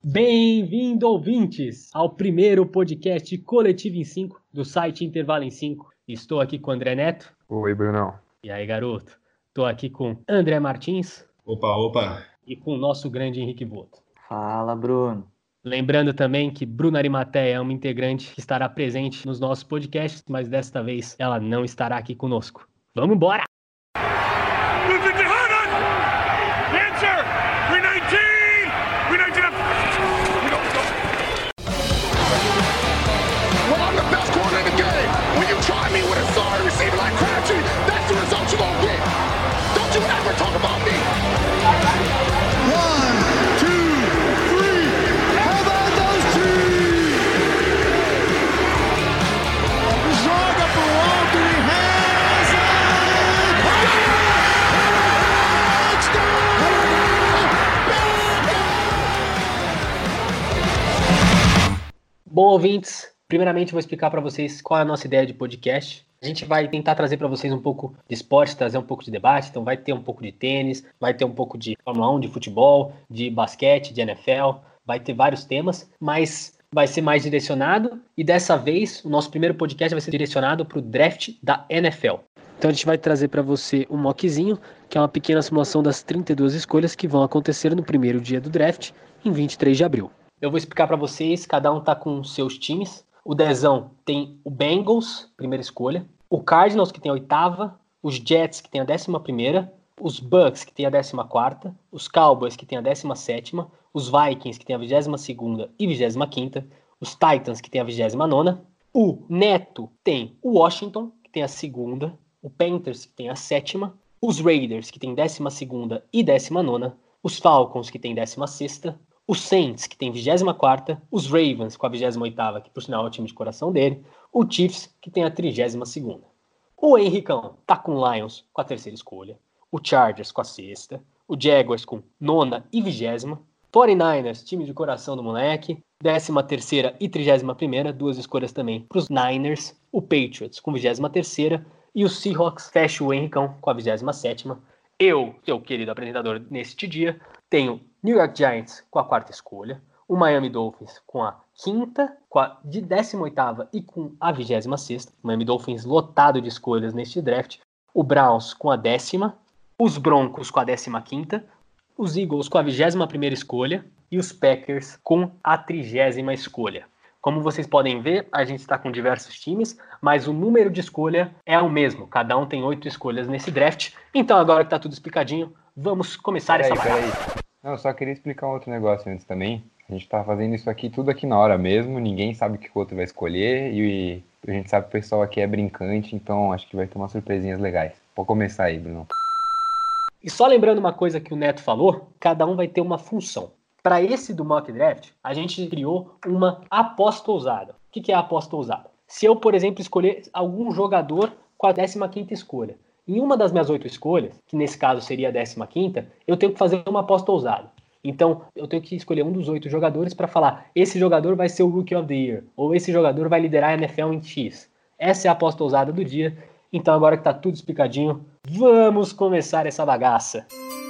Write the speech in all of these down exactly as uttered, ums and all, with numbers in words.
Bem-vindo, ouvintes, ao primeiro podcast Coletivo em cinco do site Intervalo em cinco. Estou aqui com o André Neto. Oi, Brunão. E aí, garoto? Estou aqui com André Martins. Opa, opa. E com o nosso grande Henrique Voto. Fala, Bruno. Lembrando também que Bruna Arimateia é uma integrante que estará presente nos nossos podcasts, mas desta vez ela não estará aqui conosco. Vamos embora! Bom, ouvintes, primeiramente vou explicar para vocês qual é a nossa ideia de podcast. A gente vai tentar trazer para vocês um pouco de esporte, trazer um pouco de debate, então vai ter um pouco de tênis, vai ter um pouco de Fórmula um, de futebol, de basquete, de N F L, vai ter vários temas, mas vai ser mais direcionado e dessa vez o nosso primeiro podcast vai ser direcionado para o draft da N F L. Então a gente vai trazer para você um mockzinho, que é uma pequena simulação das trinta e duas escolhas que vão acontecer no primeiro dia do draft, em vinte e três de abril. Eu vou explicar para vocês, cada um tá com seus times. O Dezão tem o Bengals, primeira escolha. O Cardinals, que tem a oitava. Os Jets, que tem a décima primeira. Os Bucks, que tem a décima quarta. Os Cowboys, que tem a décima sétima. Os Vikings, que tem a vigésima segunda e vigésima quinta. Os Titans, que tem a vigésima nona. O Neto tem o Washington, que tem a segunda. O Panthers, que tem a sétima. Os Raiders, que tem décima segunda e décima nona. Os Falcons, que tem décima sexta. Os Saints, que tem vigésima quarta, os Ravens, com a vigésima oitava, que por sinal é o time de coração dele, o Chiefs, que tem a trigésima segunda. O Henricão tá com o Lions com a terceira escolha, o Chargers com a sexta, o Jaguars com nona e vigésima, quarenta e nove ers, time de coração do moleque, décima terceira e trigésima primeira, duas escolhas também para os Niners, o Patriots com vigésima terceira e o Seahawks fecha o Henricão com a vigésima sétima. Eu, seu querido apresentador neste dia, tenho New York Giants com a quarta escolha, o Miami Dolphins com a quinta, com a de décima oitava e com a vigésima sexta. O Miami Dolphins lotado de escolhas neste draft. O Browns com a décima, os Broncos com a décima quinta, os Eagles com a vigésima primeira escolha e os Packers com a trigésima escolha. Como vocês podem ver, a gente está com diversos times, mas o número de escolha é o mesmo. Cada um tem oito escolhas nesse draft. Então, agora que está tudo explicadinho, vamos começar peraí, essa bagaça. Peraí. Não, eu só queria explicar um outro negócio antes também. A gente tá fazendo isso aqui tudo aqui na hora mesmo. Ninguém sabe o que o outro vai escolher. E a gente sabe que o pessoal aqui é brincante, então acho que vai ter umas surpresinhas legais. Pode começar aí, Bruno. E só lembrando uma coisa que o Neto falou, cada um vai ter uma função. Para esse do mock draft, a gente criou uma aposta ousada. O que é a aposta ousada? Se eu, por exemplo, escolher algum jogador com a décima quinta escolha, em uma das minhas oito escolhas, que nesse caso seria a décima quinta, eu tenho que fazer uma aposta ousada. Então, eu tenho que escolher um dos oito jogadores para falar, esse jogador vai ser o Rookie of the Year, ou esse jogador vai liderar a N F L em X. Essa é a aposta ousada do dia. Então, agora que está tudo explicadinho, vamos começar essa bagaça.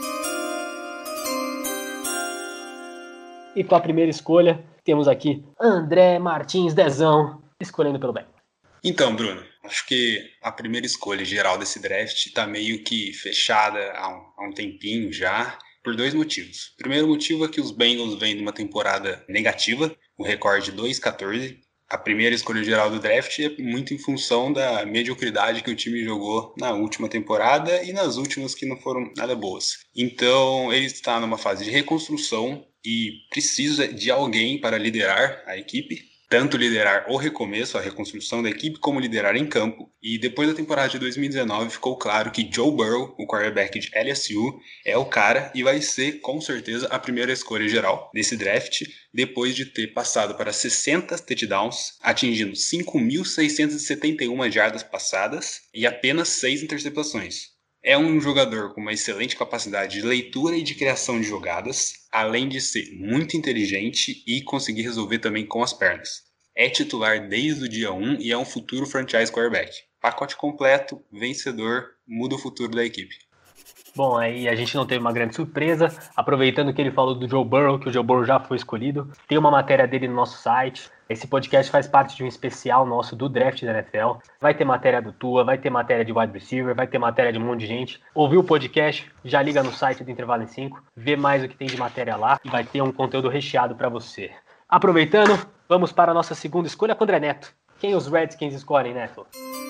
E com a primeira escolha, temos aqui André Martins Dezão, escolhendo pelo bem. Então, Bruno, acho que a primeira escolha geral desse draft está meio que fechada há um, há um tempinho já, por dois motivos. O primeiro motivo é que os Bengals vêm de uma temporada negativa, o recorde dois a quatorze. A primeira escolha geral do draft é muito em função da mediocridade que o time jogou na última temporada e nas últimas que não foram nada boas. Então, ele está numa fase de reconstrução e precisa de alguém para liderar a equipe, tanto liderar o recomeço, a reconstrução da equipe, como liderar em campo. E depois da temporada de dois mil e dezenove ficou claro que Joe Burrow, o quarterback de L S U, é o cara e vai ser com certeza a primeira escolha geral desse draft, depois de ter passado para sessenta touchdowns, atingindo cinco mil seiscentas e setenta e uma jardas passadas e apenas seis interceptações. É um jogador com uma excelente capacidade de leitura e de criação de jogadas, além de ser muito inteligente e conseguir resolver também com as pernas. É titular desde o dia um e é um futuro franchise quarterback. Pacote completo, vencedor, muda o futuro da equipe. Bom, aí a gente não teve uma grande surpresa. Aproveitando que ele falou do Joe Burrow, que o Joe Burrow já foi escolhido, tem uma matéria dele no nosso site. Esse podcast faz parte de um especial nosso do draft da N F L. Vai ter matéria do Tua, vai ter matéria de wide receiver, vai ter matéria de um monte de gente. Ouviu o podcast? Já liga no site do Intervalo em cinco, vê mais o que tem de matéria lá e vai ter um conteúdo recheado para você. Aproveitando, vamos para a nossa segunda escolha com o André Neto. Quem os Redskins escolhem, Neto?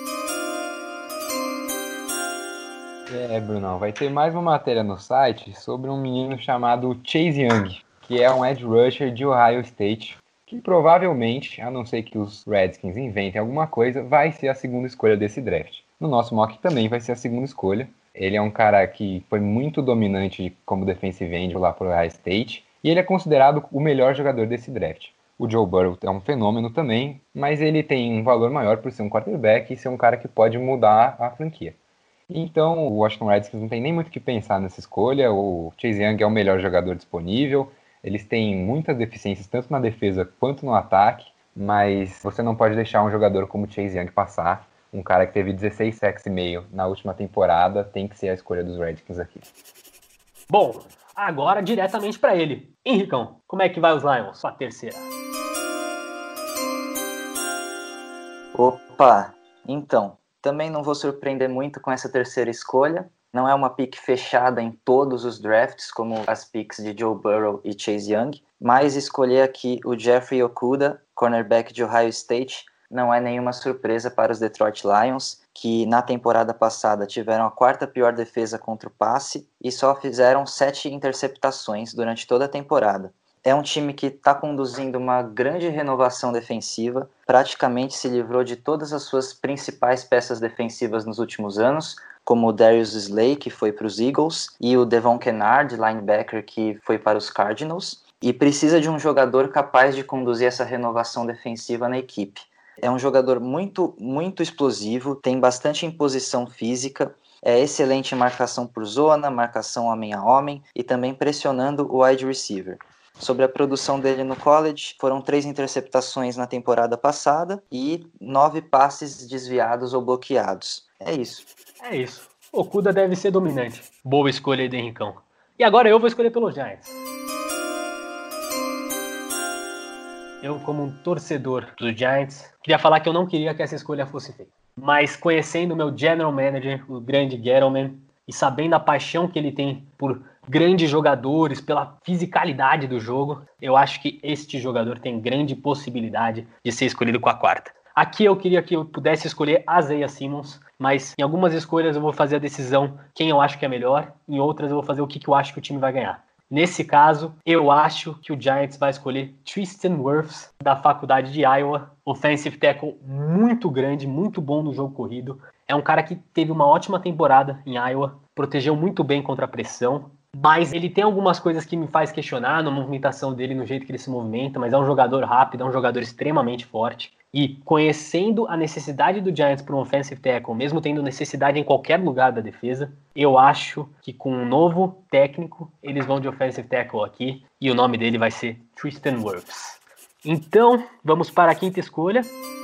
É, Brunão, vai ter mais uma matéria no site sobre um menino chamado Chase Young, que é um edge rusher de Ohio State, que provavelmente, a não ser que os Redskins inventem alguma coisa, vai ser a segunda escolha desse draft. No nosso mock também vai ser a segunda escolha. Ele é um cara que foi muito dominante como defensive end lá para o Ohio State, e ele é considerado o melhor jogador desse draft. O Joe Burrow é um fenômeno também, mas ele tem um valor maior por ser um quarterback e ser um cara que pode mudar a franquia. Então, o Washington Redskins não tem nem muito o que pensar nessa escolha. O Chase Young é o melhor jogador disponível. Eles têm muitas deficiências, tanto na defesa quanto no ataque, mas você não pode deixar um jogador como o Chase Young passar. Um cara que teve dezesseis sacks e meio na última temporada tem que ser a escolha dos Redskins aqui. Bom, agora diretamente para ele. Henricão, como é que vai os Lions com a terceira? Opa, então... Também não vou surpreender muito com essa terceira escolha. Não é uma pick fechada em todos os drafts, como as picks de Joe Burrow e Chase Young, mas escolher aqui o Jeffrey Okudah, cornerback de Ohio State, não é nenhuma surpresa para os Detroit Lions, que na temporada passada tiveram a quarta pior defesa contra o passe e só fizeram sete interceptações durante toda a temporada. É um time que está conduzindo uma grande renovação defensiva, praticamente se livrou de todas as suas principais peças defensivas nos últimos anos, como o Darius Slay, que foi para os Eagles, e o Devon Kennard, linebacker, que foi para os Cardinals, e precisa de um jogador capaz de conduzir essa renovação defensiva na equipe. É um jogador muito, muito explosivo, tem bastante imposição física, é excelente em marcação por zona, marcação homem a homem, e também pressionando o wide receiver. Sobre a produção dele no college, foram três interceptações na temporada passada e nove passes desviados ou bloqueados. É isso. É isso. Okudah deve ser dominante. Boa escolha aí do Henricão. E agora eu vou escolher pelos Giants. Eu, como um torcedor dos Giants, queria falar que eu não queria que essa escolha fosse feita. Mas conhecendo o meu general manager, o grande Gettleman, e sabendo a paixão que ele tem por grandes jogadores, pela fisicalidade do jogo, eu acho que este jogador tem grande possibilidade de ser escolhido com a quarta. Aqui eu queria que eu pudesse escolher Isaiah Simmons, mas em algumas escolhas eu vou fazer a decisão quem eu acho que é melhor, em outras eu vou fazer o que eu acho que o time vai ganhar. Nesse caso, eu acho que o Giants vai escolher Tristan Wirfs, da faculdade de Iowa, offensive tackle muito grande, muito bom no jogo corrido. É um cara que teve uma ótima temporada em Iowa, protegeu muito bem contra a pressão, mas ele tem algumas coisas que me faz questionar na movimentação dele, no jeito que ele se movimenta, mas é um jogador rápido, é um jogador extremamente forte. E conhecendo a necessidade do Giants para um offensive tackle, mesmo tendo necessidade em qualquer lugar da defesa, eu acho que com um novo técnico, eles vão de offensive tackle aqui, e o nome dele vai ser Tristan Wirfs. Então, vamos para a quinta escolha,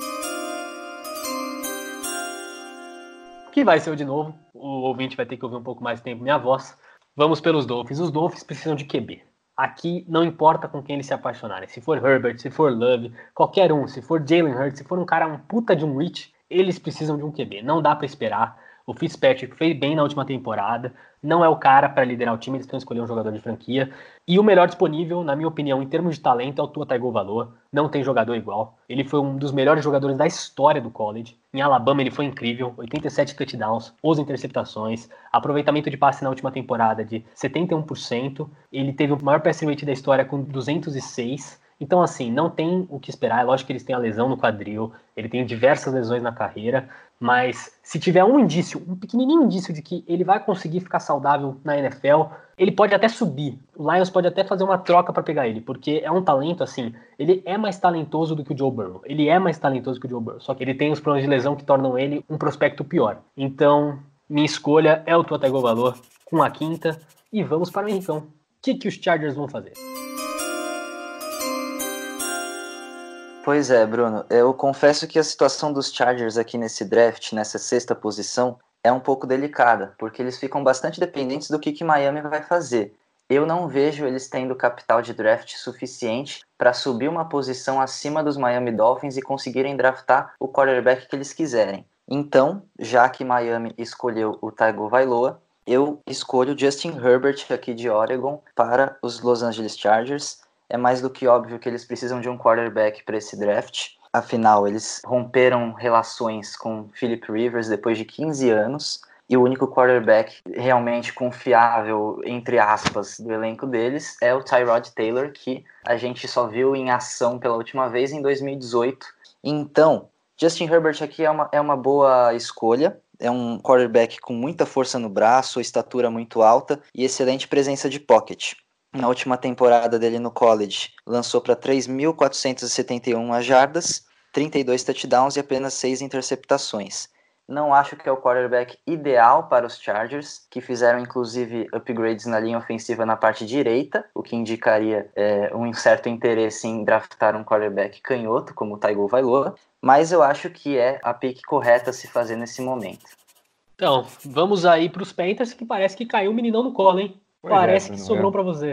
que vai ser eu de novo. O ouvinte vai ter que ouvir um pouco mais de tempo minha voz. Vamos pelos Dolphins. Os Dolphins precisam de Q B. Aqui não importa com quem eles se apaixonarem. Se for Herbert, se for Love, qualquer um. Se for Jalen Hurts, se for um cara um puta de um reach, eles precisam de um Q B. Não dá pra esperar. O Fitzpatrick fez bem na última temporada. Não é o cara para liderar o time. Eles precisam escolher um jogador de franquia. E o melhor disponível, na minha opinião, em termos de talento, é o Tua Tagovailoa. Não tem jogador igual. Ele foi um dos melhores jogadores da história do college. Em Alabama ele foi incrível. oitenta e sete touchdowns, onze interceptações, aproveitamento de passe na última temporada de setenta e um por cento. Ele teve o maior pass rate da história com duzentos e seis. Então, assim, não tem o que esperar. É lógico que eles têm a lesão no quadril, ele tem diversas lesões na carreira, mas se tiver um indício, um pequenininho indício de que ele vai conseguir ficar saudável na N F L, ele pode até subir. O Lions pode até fazer uma troca para pegar ele, porque é um talento, assim, ele é mais talentoso do que o Joe Burrow. Ele é mais talentoso que o Joe Burrow, só que ele tem os problemas de lesão que tornam ele um prospecto pior. Então, minha escolha é o Tua Tagovailoa com a quinta, e vamos para o Henricão. O que, que os Chargers vão fazer? Pois é, Bruno, eu confesso que a situação dos Chargers aqui nesse draft, nessa sexta posição, é um pouco delicada, porque eles ficam bastante dependentes do que, que Miami vai fazer. Eu não vejo eles tendo capital de draft suficiente para subir uma posição acima dos Miami Dolphins e conseguirem draftar o quarterback que eles quiserem. Então, já que Miami escolheu o Tagovailoa, eu escolho Justin Herbert aqui de Oregon para os Los Angeles Chargers. É mais do que óbvio que eles precisam de um quarterback para esse draft. Afinal, eles romperam relações com Philip Rivers depois de quinze anos. E o único quarterback realmente confiável, entre aspas, do elenco deles é o Tyrod Taylor, que a gente só viu em ação pela última vez em dois mil e dezoito. Então, Justin Herbert aqui é uma, é uma boa escolha. É um quarterback com muita força no braço, estatura muito alta e excelente presença de pocket. Na última temporada dele no college, lançou para três mil quatrocentas e setenta e uma jardas, trinta e dois touchdowns e apenas seis interceptações. Não acho que é o quarterback ideal para os Chargers, que fizeram inclusive upgrades na linha ofensiva na parte direita, o que indicaria é, um certo interesse em draftar um quarterback canhoto, como o Tagovailoa, mas eu acho que é a pick correta a se fazer nesse momento. Então, vamos aí para os Panthers, que parece que caiu um meninão no colo, hein? Pois parece é, que Bruno, sobrou eu... para você.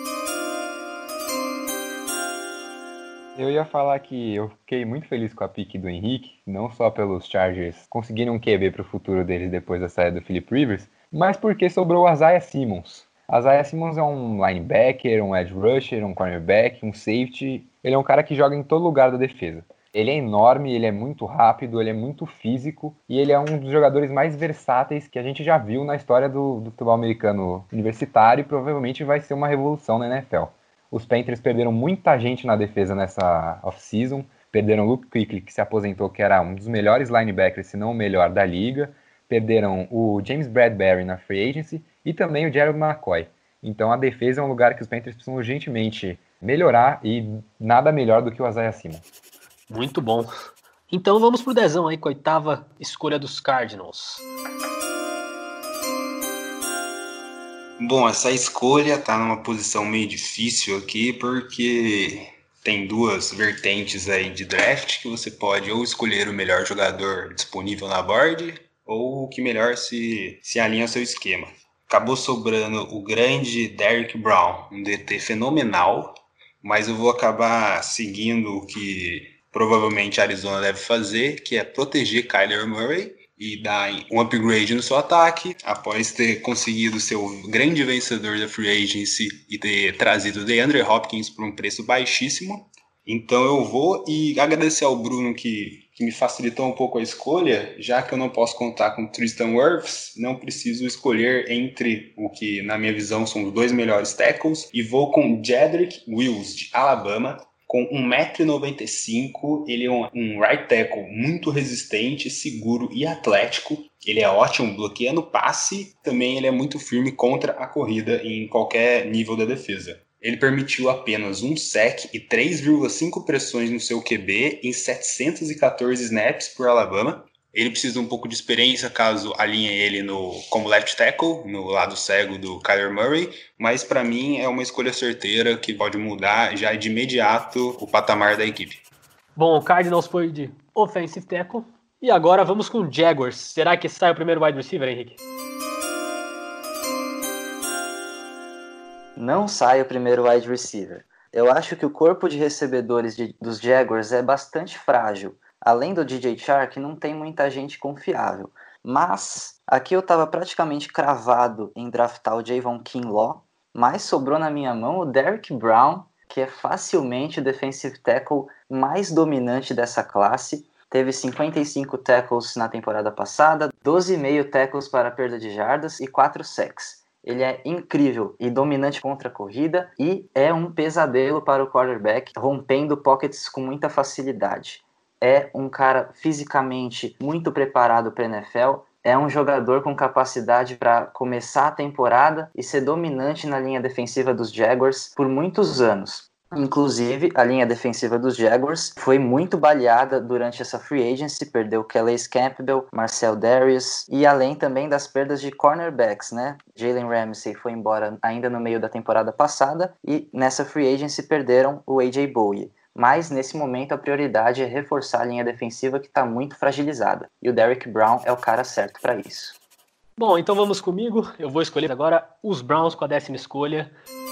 Eu ia falar que eu fiquei muito feliz com a pick do Henrique, não só pelos Chargers conseguirem um Q B para o futuro deles depois da saída do Philip Rivers, mas porque sobrou o Isaiah Simmons. Isaiah Simmons é um linebacker, um edge rusher, um cornerback, um safety. Ele é um cara que joga em todo lugar da defesa. Ele é enorme, ele é muito rápido, ele é muito físico e ele é um dos jogadores mais versáteis que a gente já viu na história do, do futebol americano universitário e provavelmente vai ser uma revolução na N F L. Os Panthers perderam muita gente na defesa nessa off-season. Perderam o Luke Kuechly, que se aposentou, que era um dos melhores linebackers, se não o melhor da liga. Perderam o James Bradbury na free agency e também o Gerald McCoy. Então a defesa é um lugar que os Panthers precisam urgentemente melhorar e nada melhor do que o Isaiah Simmons. Muito bom. Então vamos pro dezão aí, com a oitava escolha dos Cardinals. Bom, essa escolha tá numa posição meio difícil aqui, porque tem duas vertentes aí de draft que você pode ou escolher o melhor jogador disponível na board, ou o que melhor se, se alinha ao seu esquema. Acabou sobrando o grande Derrick Brown, um D T fenomenal, mas eu vou acabar seguindo o que provavelmente a Arizona deve fazer, que é proteger Kyler Murray e dar um upgrade no seu ataque, após ter conseguido ser o grande vencedor da free agency e ter trazido o DeAndre Hopkins por um preço baixíssimo. Então eu vou e agradecer ao Bruno que, que me facilitou um pouco a escolha, já que eu não posso contar com Tristan Wirfs, não preciso escolher entre o que na minha visão são os dois melhores tackles, e vou com Jedrick Wills de Alabama. Com um metro e noventa e cinco, ele é um, um right tackle muito resistente, seguro e atlético. Ele é ótimo bloqueando passe, também ele é muito firme contra a corrida em qualquer nível da defesa. Ele permitiu apenas um sack e três vírgula cinco pressões no seu Q B em setecentos e quatorze snaps por Alabama. Ele precisa um pouco de experiência caso alinhe ele no, como left tackle, no lado cego do Kyler Murray, mas para mim é uma escolha certeira que pode mudar já de imediato o patamar da equipe. Bom, o Cardinals foi de offensive tackle e agora vamos com o Jaguars. Será que sai o primeiro wide receiver, Henrique? Não sai o primeiro wide receiver. Eu acho que o corpo de recebedores de, dos Jaguars é bastante frágil. Além do D J Chark, não tem muita gente confiável. Mas aqui eu estava praticamente cravado em draftar o Javon Kinlaw, mas sobrou na minha mão o Derrick Brown, que é facilmente o defensive tackle mais dominante dessa classe. Teve cinquenta e cinco tackles na temporada passada, doze vírgula cinco tackles para perda de jardas e quatro sacks. Ele é incrível e dominante contra a corrida e é um pesadelo para o quarterback, rompendo pockets com muita facilidade. É um cara fisicamente muito preparado para a N F L, é um jogador com capacidade para começar a temporada e ser dominante na linha defensiva dos Jaguars por muitos anos. Inclusive, a linha defensiva dos Jaguars foi muito baleada durante essa free agency, perdeu Calais Campbell, Marcel Darius e além também das perdas de cornerbacks, né? Jalen Ramsey foi embora ainda no meio da temporada passada e nessa free agency perderam o A J Bowie. mas nesse momento a prioridade é reforçar a linha defensiva que está muito fragilizada, e o Derrick Brown é o cara certo para isso. Bom, então vamos comigo, eu vou escolher agora os Browns com a décima escolha.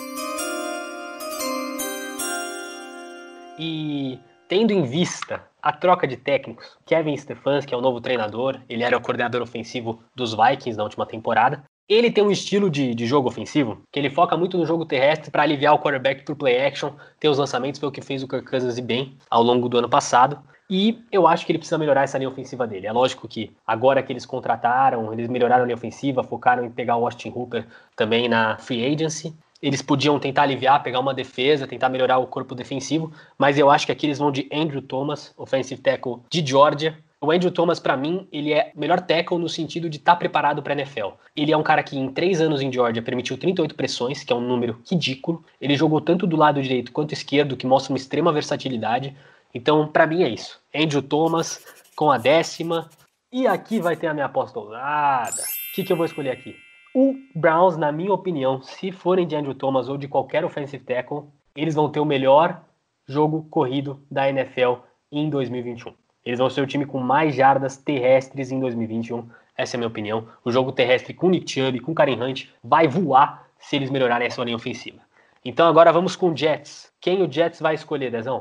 E tendo em vista a troca de técnicos, Kevin Stefanski é o novo treinador, ele era o coordenador ofensivo dos Vikings na última temporada. Ele tem um estilo de, de jogo ofensivo que ele foca muito no jogo terrestre para aliviar o quarterback por play action, ter os lançamentos, foi o que fez o Kirk Cousins ir bem ao longo do ano passado. E eu acho que ele precisa melhorar essa linha ofensiva dele. É lógico que agora que eles contrataram, eles melhoraram a linha ofensiva, focaram em pegar o Austin Hooper também na free agency. Eles podiam tentar aliviar, pegar uma defesa, tentar melhorar o corpo defensivo, mas eu acho que aqui eles vão de Andrew Thomas, offensive tackle de Georgia. O Andrew Thomas, para mim, ele é melhor tackle no sentido de estar preparado para a N F L. Ele é um cara que em três anos em Georgia permitiu trinta e oito pressões, que é um número ridículo. Ele jogou tanto do lado direito quanto esquerdo, que mostra uma extrema versatilidade. Então, para mim é isso. Andrew Thomas com a décima. E aqui vai ter a minha aposta ousada. O que, que eu vou escolher aqui? O Browns, na minha opinião, se forem de Andrew Thomas ou de qualquer offensive tackle, eles vão ter o melhor jogo corrido da N F L em dois mil e vinte e um. Eles vão ser o time com mais jardas terrestres em dois mil e vinte e um. Essa é a minha opinião. O jogo terrestre com Nick Chubb, com Kareem Hunt, vai voar se eles melhorarem essa linha ofensiva. Então agora vamos com o Jets. Quem o Jets vai escolher, Dezão?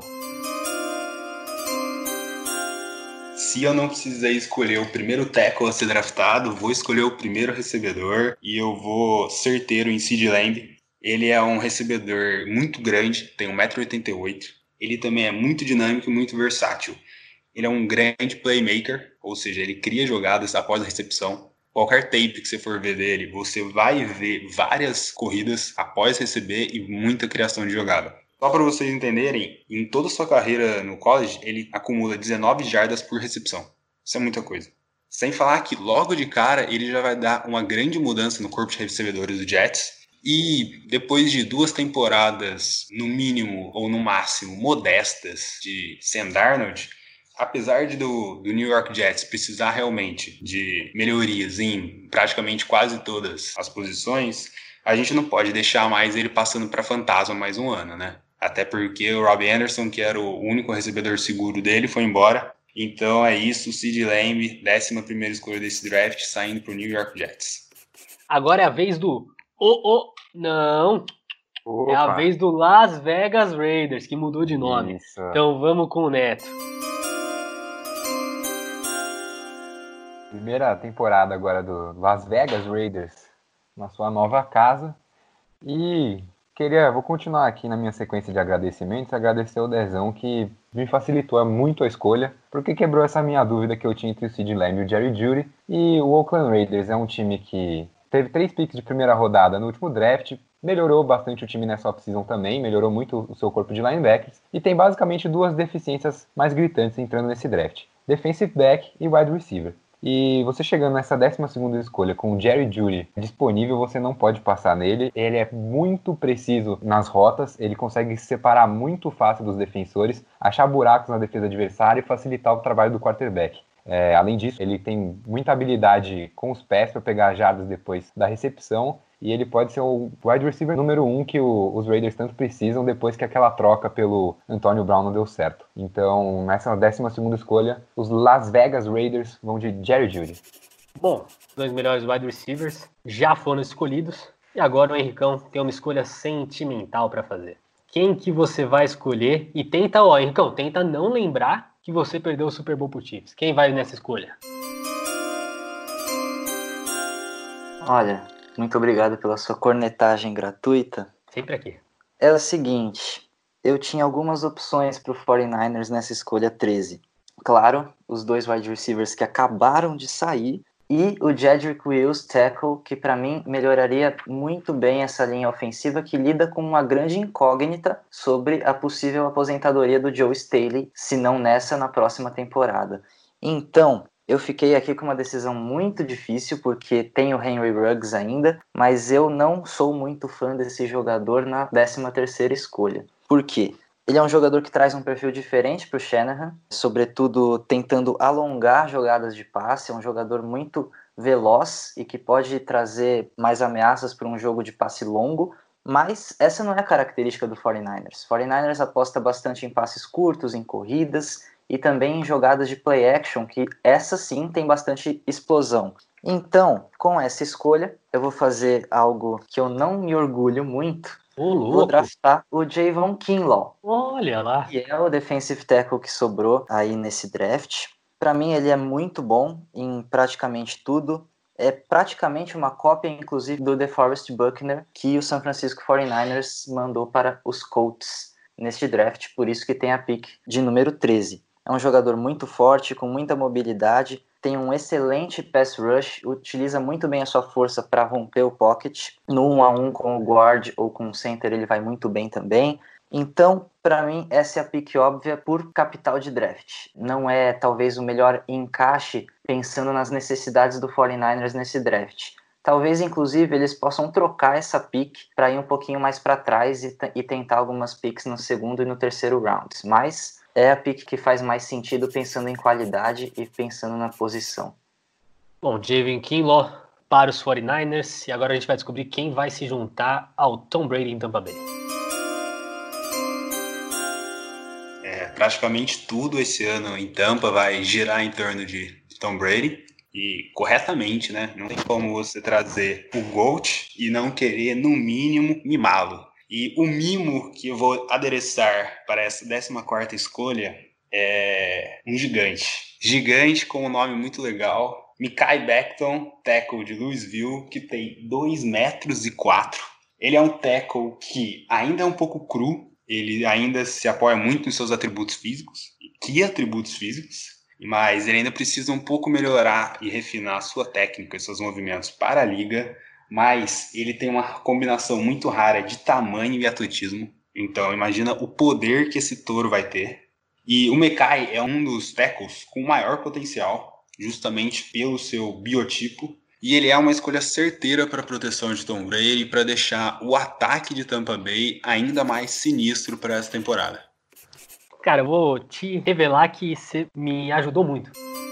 Se eu não precisei escolher o primeiro tackle a ser draftado, vou escolher o primeiro recebedor e eu vou certeiro em CeeDee Lamb. Ele é um recebedor muito grande, tem um metro e oitenta e oito. Ele também é muito dinâmico e muito versátil. Ele é um grande playmaker, ou seja, ele cria jogadas após a recepção. Qualquer tape que você for ver dele, você vai ver várias corridas após receber e muita criação de jogada. Só para vocês entenderem, em toda a sua carreira no college, ele acumula dezenove jardas por recepção. Isso é muita coisa. Sem falar que logo de cara ele já vai dar uma grande mudança no corpo de recebedores do Jets. E depois de duas temporadas, no mínimo ou no máximo, modestas de Sam Darnold, apesar de do, do New York Jets precisar realmente de melhorias em praticamente quase todas as posições, a gente não pode deixar mais ele passando para fantasma mais um ano, né? Até porque o Robbie Anderson, que era o único recebedor seguro dele, foi embora. Então é isso, o CeeDee Lamb, décima primeira escolha desse draft, saindo para o New York Jets. Agora é a vez do... Oh, oh, não! Opa. É a vez do Las Vegas Raiders, que mudou de nome. Isso. Então vamos com o Neto. Primeira temporada agora do Las Vegas Raiders na sua nova casa. E queria, vou continuar aqui na minha sequência de agradecimentos, agradecer o Dezão que me facilitou muito a escolha, porque quebrou essa minha dúvida que eu tinha entre o CeeDee Lamb e o Jerry Jeudy. E o Oakland Raiders é um time que teve três picks de primeira rodada no último draft, melhorou bastante o time nessa off-season também, melhorou muito o seu corpo de linebackers, e tem basicamente duas deficiências mais gritantes entrando nesse draft: defensive back e wide receiver. E você chegando nessa décima segunda escolha com o Jerry Jeudy disponível, você não pode passar nele. Ele é muito preciso nas rotas, ele consegue se separar muito fácil dos defensores, achar buracos na defesa adversária e facilitar o trabalho do quarterback. É, além disso, ele tem muita habilidade com os pés para pegar jardas depois da recepção, e ele pode ser o wide receiver número um que o, os Raiders tanto precisam depois que aquela troca pelo Antonio Brown não deu certo. Então, nessa décima segunda escolha, os Las Vegas Raiders vão de Jerry Jeudy. Bom, os dois melhores wide receivers já foram escolhidos, e agora o Henricão tem uma escolha sentimental para fazer. Quem que você vai escolher? E tenta, ó, Henricão, tenta não lembrar que você perdeu o Super Bowl pro Chiefs. Quem vai nessa escolha? Olha, muito obrigado pela sua cornetagem gratuita. Sempre aqui. É o seguinte, eu tinha algumas opções para o quarenta e nine ers nessa escolha treze. Claro, os dois wide receivers que acabaram de sair e o Jedrick Wills, tackle, que para mim melhoraria muito bem essa linha ofensiva que lida com uma grande incógnita sobre a possível aposentadoria do Joe Staley, se não nessa, na próxima temporada. Então, eu fiquei aqui com uma decisão muito difícil, porque tem o Henry Ruggs ainda, mas eu não sou muito fã desse jogador na décima terceira escolha. Por quê? Ele é um jogador que traz um perfil diferente para o Shanahan, sobretudo tentando alongar jogadas de passe. É um jogador muito veloz e que pode trazer mais ameaças para um jogo de passe longo, Mas essa não é a característica do forty-niners. forty-niners aposta bastante em passes curtos, em corridas e também em jogadas de play action, que essa sim tem bastante explosão. Então, com essa escolha, eu vou fazer algo que eu não me orgulho muito. Ô, louco. Vou draftar o Javon Kinlaw. Olha lá. Que é o defensive tackle que sobrou aí nesse draft. Para mim, ele é muito bom em praticamente tudo. É praticamente uma cópia, inclusive, do DeForest Buckner, que o San Francisco forty-niners mandou para os Colts neste draft, por isso que tem a pick de número treze. É um jogador muito forte, com muita mobilidade, tem um excelente pass rush, utiliza muito bem a sua força para romper o pocket. No um a um com o guard ou com o center ele vai muito bem também. Então, para mim, essa é a pick óbvia por capital de draft. Não é, talvez, o melhor encaixe pensando nas necessidades do forty-niners nesse draft. Talvez, inclusive, eles possam trocar essa pick para ir um pouquinho mais para trás e, e tentar algumas picks no segundo e no terceiro rounds. Mas é a pick que faz mais sentido pensando em qualidade e pensando na posição. Bom, Javon Kinlaw para os forty-niners. E agora a gente vai descobrir quem vai se juntar ao Tom Brady em Tampa Bay. Praticamente tudo esse ano em Tampa vai girar em torno de Tom Brady e corretamente, né? Não tem como você trazer o GOAT e não querer, no mínimo, mimá-lo. E o mimo que eu vou adereçar para essa décima quarta escolha é um gigante. Gigante com um nome muito legal. Mekhi Becton, tackle de Louisville, que tem dois metros e quatro. Ele é um tackle que ainda é um pouco cru. Ele ainda se apoia muito nos seus atributos físicos. Que atributos físicos? Mas ele ainda precisa um pouco melhorar e refinar a sua técnica e seus movimentos para a liga. Mas ele tem uma combinação muito rara de tamanho e atletismo. Então imagina o poder que esse touro vai ter. E o Mekhi é um dos tackles com maior potencial, justamente pelo seu biotipo. E ele é uma escolha certeira para a proteção de Tom Brady, para deixar o ataque de Tampa Bay ainda mais sinistro para essa temporada. Cara, eu vou te revelar que você me ajudou muito.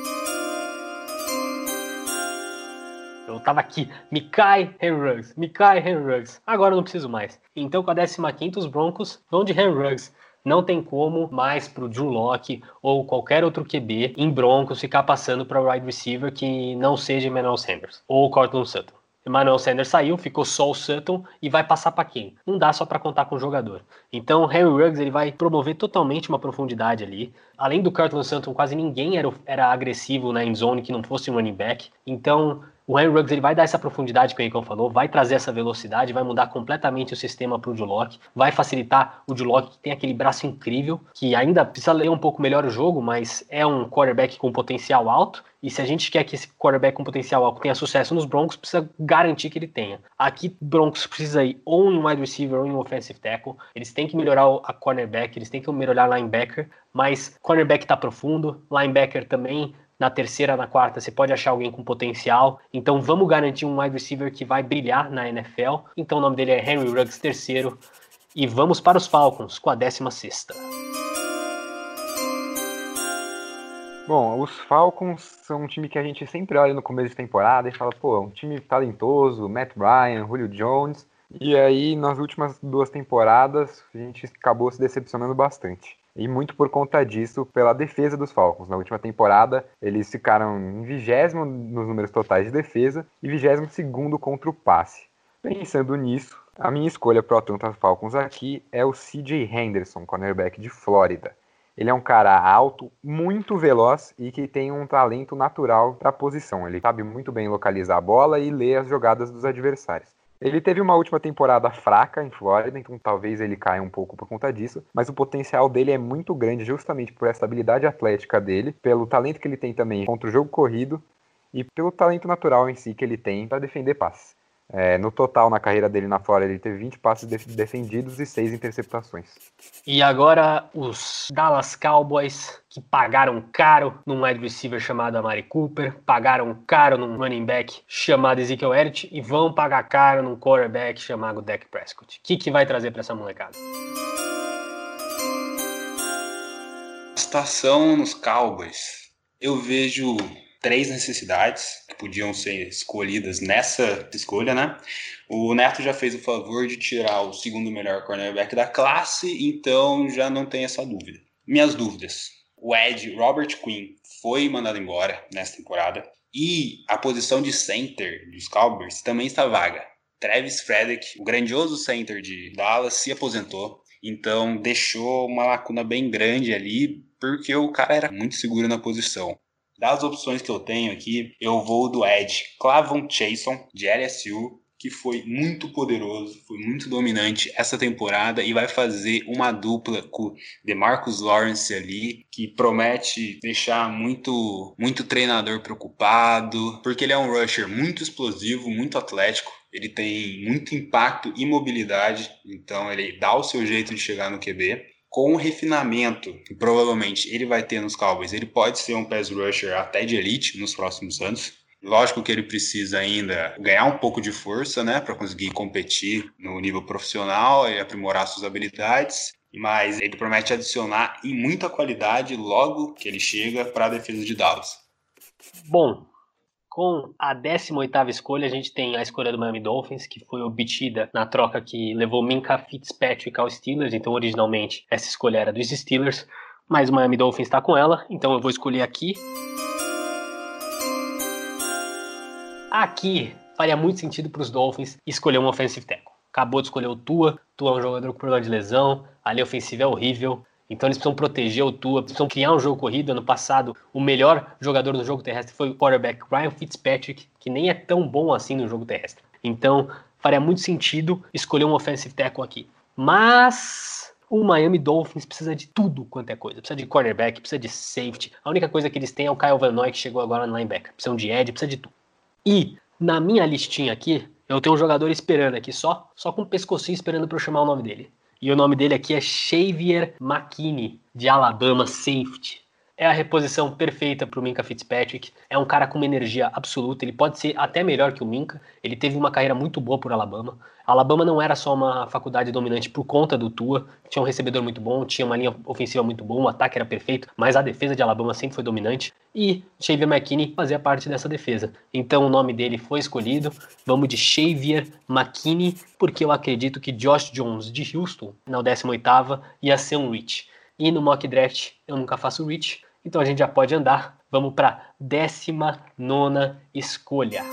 Eu tava aqui, Mekhi Henry Ruggs, Mekhi Henry Ruggs. Agora eu não preciso mais. Então com a décima quinta os Broncos vão de Henry Ruggs. Não tem como mais pro Drew Lock ou qualquer outro Q B em Broncos ficar passando para wide receiver que não seja Emmanuel Sanders ou Courtland Sutton. Emmanuel Sanders saiu, ficou só o Sutton e vai passar para quem? Não dá só para contar com o jogador. Então, Henry Ruggs ele vai promover totalmente uma profundidade ali. Além do Courtland Sutton, quase ninguém era, era agressivo na endzone que não fosse um running back. Então, o Henry Ruggs ele vai dar essa profundidade que o Henrique falou, vai trazer essa velocidade, vai mudar completamente o sistema para o Drew Lock, vai facilitar o Drew Lock, que tem aquele braço incrível, que ainda precisa ler um pouco melhor o jogo, mas é um quarterback com potencial alto. E se a gente quer que esse quarterback com potencial alto tenha sucesso nos Broncos, precisa garantir que ele tenha. Aqui, Broncos precisa ir ou em wide receiver ou em offensive tackle. Eles têm que melhorar a cornerback, eles têm que melhorar linebacker, mas cornerback tá profundo, linebacker também. Na terceira, na quarta, você pode achar alguém com potencial. Então vamos garantir um wide receiver que vai brilhar na N F L. Então o nome dele é Henry Ruggs, terceiro. E vamos para os Falcons com a décima sexta. Bom, os Falcons são um time que a gente sempre olha no começo de temporada e fala, pô, é um time talentoso, Matt Ryan, Julio Jones. E aí, nas últimas duas temporadas, a gente acabou se decepcionando bastante. E muito por conta disso, pela defesa dos Falcons. Na última temporada, eles ficaram em vigésimo nos números totais de defesa e vigésimo segundo contra o passe. Pensando nisso, a minha escolha para o Atlanta Falcons aqui é o C J Henderson, cornerback de Flórida. Ele é um cara alto, muito veloz e que tem um talento natural para a posição. Ele sabe muito bem localizar a bola e ler as jogadas dos adversários. Ele teve uma última temporada fraca em Flórida, então talvez ele caia um pouco por conta disso, mas o potencial dele é muito grande justamente por essa habilidade atlética dele, pelo talento que ele tem também contra o jogo corrido e pelo talento natural em si que ele tem para defender passes. É, no total, na carreira dele na Flórida, ele teve vinte passes def- defendidos e seis interceptações. E agora os Dallas Cowboys, que pagaram caro num wide receiver chamado Amari Cooper, pagaram caro num running back chamado Ezekiel Elliott e vão pagar caro num quarterback chamado Dak Prescott. O que, que vai trazer para essa molecada? A situação nos Cowboys, eu vejo três necessidades que podiam ser escolhidas nessa escolha, né? O Neto já fez o favor de tirar o segundo melhor cornerback da classe, então já não tem essa dúvida. Minhas dúvidas. O Ed Robert Quinn foi mandado embora nessa temporada e a posição de center dos Cowboys também está vaga. Travis Frederick, o grandioso center de Dallas, se aposentou, então deixou uma lacuna bem grande ali, porque o cara era muito seguro na posição. Das opções que eu tenho aqui, eu vou do Ed Clavon Chaisson, de L S U, que foi muito poderoso, foi muito dominante essa temporada e vai fazer uma dupla com DeMarcus Lawrence ali, que promete deixar muito, muito treinador preocupado, porque ele é um rusher muito explosivo, muito atlético, ele tem muito impacto e mobilidade, então ele dá o seu jeito de chegar no Q B. Com o refinamento que provavelmente ele vai ter nos Cowboys, ele pode ser um pass rusher até de elite nos próximos anos. Lógico que ele precisa ainda ganhar um pouco de força, né, para conseguir competir no nível profissional e aprimorar suas habilidades, mas ele promete adicionar em muita qualidade logo que ele chega para a defesa de Dallas. Bom, com a décima oitava escolha, a gente tem a escolha do Miami Dolphins, que foi obtida na troca que levou Minkah Fitzpatrick aos Steelers. Então, originalmente, essa escolha era dos Steelers, mas o Miami Dolphins está com ela, então eu vou escolher aqui. Aqui faria muito sentido para os Dolphins escolher um offensive tackle. Acabou de escolher o Tua, Tua é um jogador com problema de lesão, a linha ofensiva é horrível, então eles precisam proteger o Tua, precisam criar um jogo corrido. Ano passado, o melhor jogador no jogo terrestre foi o quarterback Ryan Fitzpatrick, que nem é tão bom assim no jogo terrestre. Então, faria muito sentido escolher um offensive tackle aqui. Mas o Miami Dolphins precisa de tudo quanto é coisa. Precisa de cornerback, precisa de safety. A única coisa que eles têm é o Kyle Van Noy, que chegou agora no linebacker. Precisam de edge, precisa de tudo. E na minha listinha aqui, eu tenho um jogador esperando aqui, só, só com um pescocinho esperando para eu chamar o nome dele. E o nome dele aqui é Xavier McKinney, de Alabama, safety. É a reposição perfeita para o Minkah Fitzpatrick. É um cara com uma energia absoluta. Ele pode ser até melhor que o Minkah. Ele teve uma carreira muito boa por Alabama. Alabama não era só uma faculdade dominante por conta do Tua. Tinha um recebedor muito bom, tinha uma linha ofensiva muito boa, o ataque era perfeito, mas a defesa de Alabama sempre foi dominante. E Xavier McKinney fazia parte dessa defesa. Então o nome dele foi escolhido. Vamos de Xavier McKinney, porque eu acredito que Josh Jones de Houston, na décima oitava, ia ser um reach. E no mock draft eu nunca faço reach, então a gente já pode andar. Vamos para a décima nona escolha.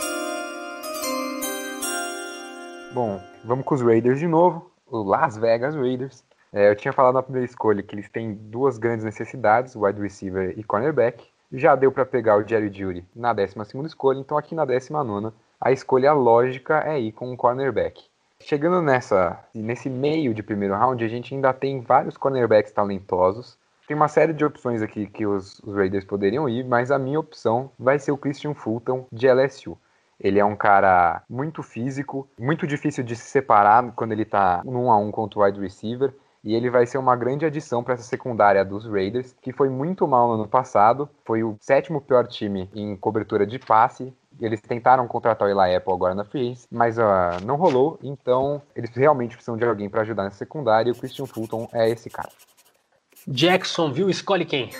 Bom, vamos com os Raiders de novo, o Las Vegas Raiders. É, eu tinha falado na primeira escolha que eles têm duas grandes necessidades, wide receiver e cornerback. Já deu para pegar o Jerry Jeudy na décima segunda escolha, então aqui na décima nona a escolha lógica é ir com um cornerback. Chegando nessa, nesse meio de primeiro round, a gente ainda tem vários cornerbacks talentosos. Tem uma série de opções aqui que os, os Raiders poderiam ir, mas a minha opção vai ser o Christian Fulton de L S U. Ele é um cara muito físico, muito difícil de se separar quando ele está um a um contra o wide receiver, e ele vai ser uma grande adição para essa secundária dos Raiders, que foi muito mal no ano passado, foi o sétimo pior time em cobertura de passe. Eles tentaram contratar o Eli Apple agora na free agency, mas uh, não rolou, então eles realmente precisam de alguém para ajudar nessa secundária, e o Christian Fulton é esse cara. Jacksonville escolhe quem?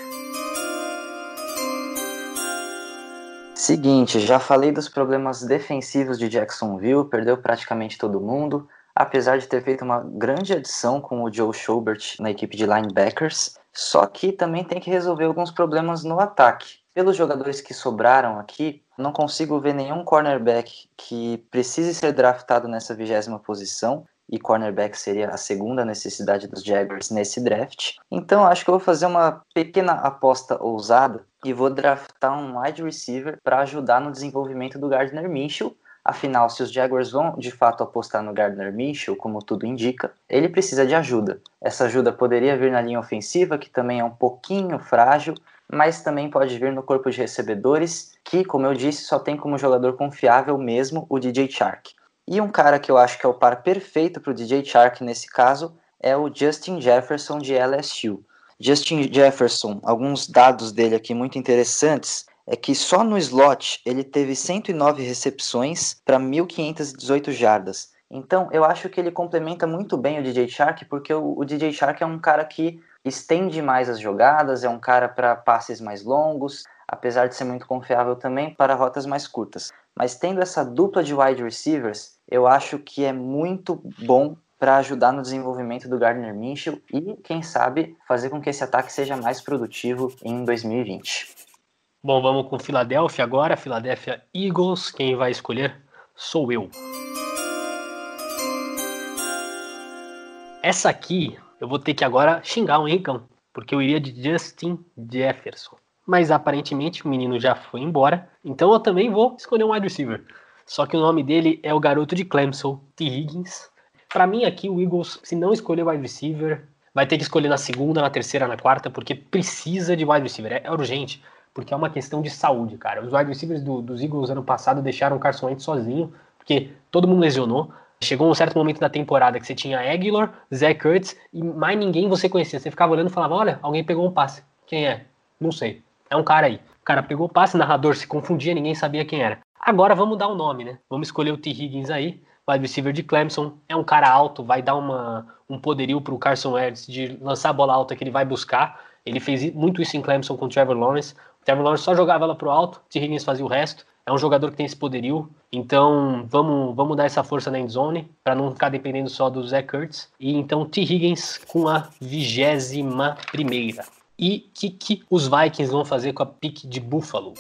Seguinte, já falei dos problemas defensivos de Jacksonville, perdeu praticamente todo mundo, apesar de ter feito uma grande adição com o Joe Schobert na equipe de linebackers, só que também tem que resolver alguns problemas no ataque. Pelos jogadores que sobraram aqui, não consigo ver nenhum cornerback que precise ser draftado nessa vigésima posição, e cornerback seria a segunda necessidade dos Jaguars nesse draft. Então acho que eu vou fazer uma pequena aposta ousada e vou draftar um wide receiver para ajudar no desenvolvimento do Gardner Minshew. Afinal, se os Jaguars vão de fato apostar no Gardner Minshew, como tudo indica, ele precisa de ajuda. Essa ajuda poderia vir na linha ofensiva, que também é um pouquinho frágil, mas também pode vir no corpo de recebedores, que, como eu disse, só tem como jogador confiável mesmo o D J Chark. E um cara que eu acho que é o par perfeito para o D J Chark nesse caso é o Justin Jefferson de L S U. Justin Jefferson, alguns dados dele aqui muito interessantes, é que só no slot ele teve cento e nove recepções para mil quinhentas e dezoito jardas. Então eu acho que ele complementa muito bem o D J Chark, porque o, o D J Chark é um cara que estende mais as jogadas, é um cara para passes mais longos. apesar de ser muito confiável também para rotas mais curtas. Mas tendo essa dupla de wide receivers, eu acho que é muito bom para ajudar no desenvolvimento do Gardner Minshew e, quem sabe, fazer com que esse ataque seja mais produtivo em dois mil e vinte. Bom, vamos com Philadelphia agora. Philadelphia Eagles. Quem vai escolher sou eu. Essa aqui, eu vou ter que agora xingar um Encão, porque eu iria de Justin Jefferson. Mas aparentemente o menino já foi embora, então eu também vou escolher um wide receiver. Só que o nome dele é o garoto de Clemson, T. Higgins. Para mim aqui o Eagles, se não escolher wide receiver, vai ter que escolher na segunda, na terceira, na quarta, porque precisa de wide receiver. É, é urgente, porque é uma questão de saúde, cara. Os wide receivers do, dos Eagles ano passado deixaram o Carson Wentz sozinho, porque todo mundo lesionou. Chegou um certo momento da temporada que você tinha Aguilar, Zach Ertz e mais ninguém você conhecia. Você ficava olhando e falava, olha, alguém pegou um passe. Quem é? Não sei. É um cara aí. O cara pegou o passe, o narrador se confundia, ninguém sabia quem era. Agora vamos dar o um nome, né? Vamos escolher o T. Higgins aí, wide receiver de Clemson. É um cara alto, vai dar uma, um poderio pro Carson Wentz de lançar a bola alta que ele vai buscar. Ele fez muito isso em Clemson com o Trevor Lawrence. O Trevor Lawrence só jogava ela pro alto, o T. Higgins fazia o resto. É um jogador que tem esse poderio, então vamos, vamos dar essa força na endzone para não ficar dependendo só do Zach Ertz. E então T. Higgins com a vigésima primeira. E o que, que os Vikings vão fazer com a pick de Buffalo?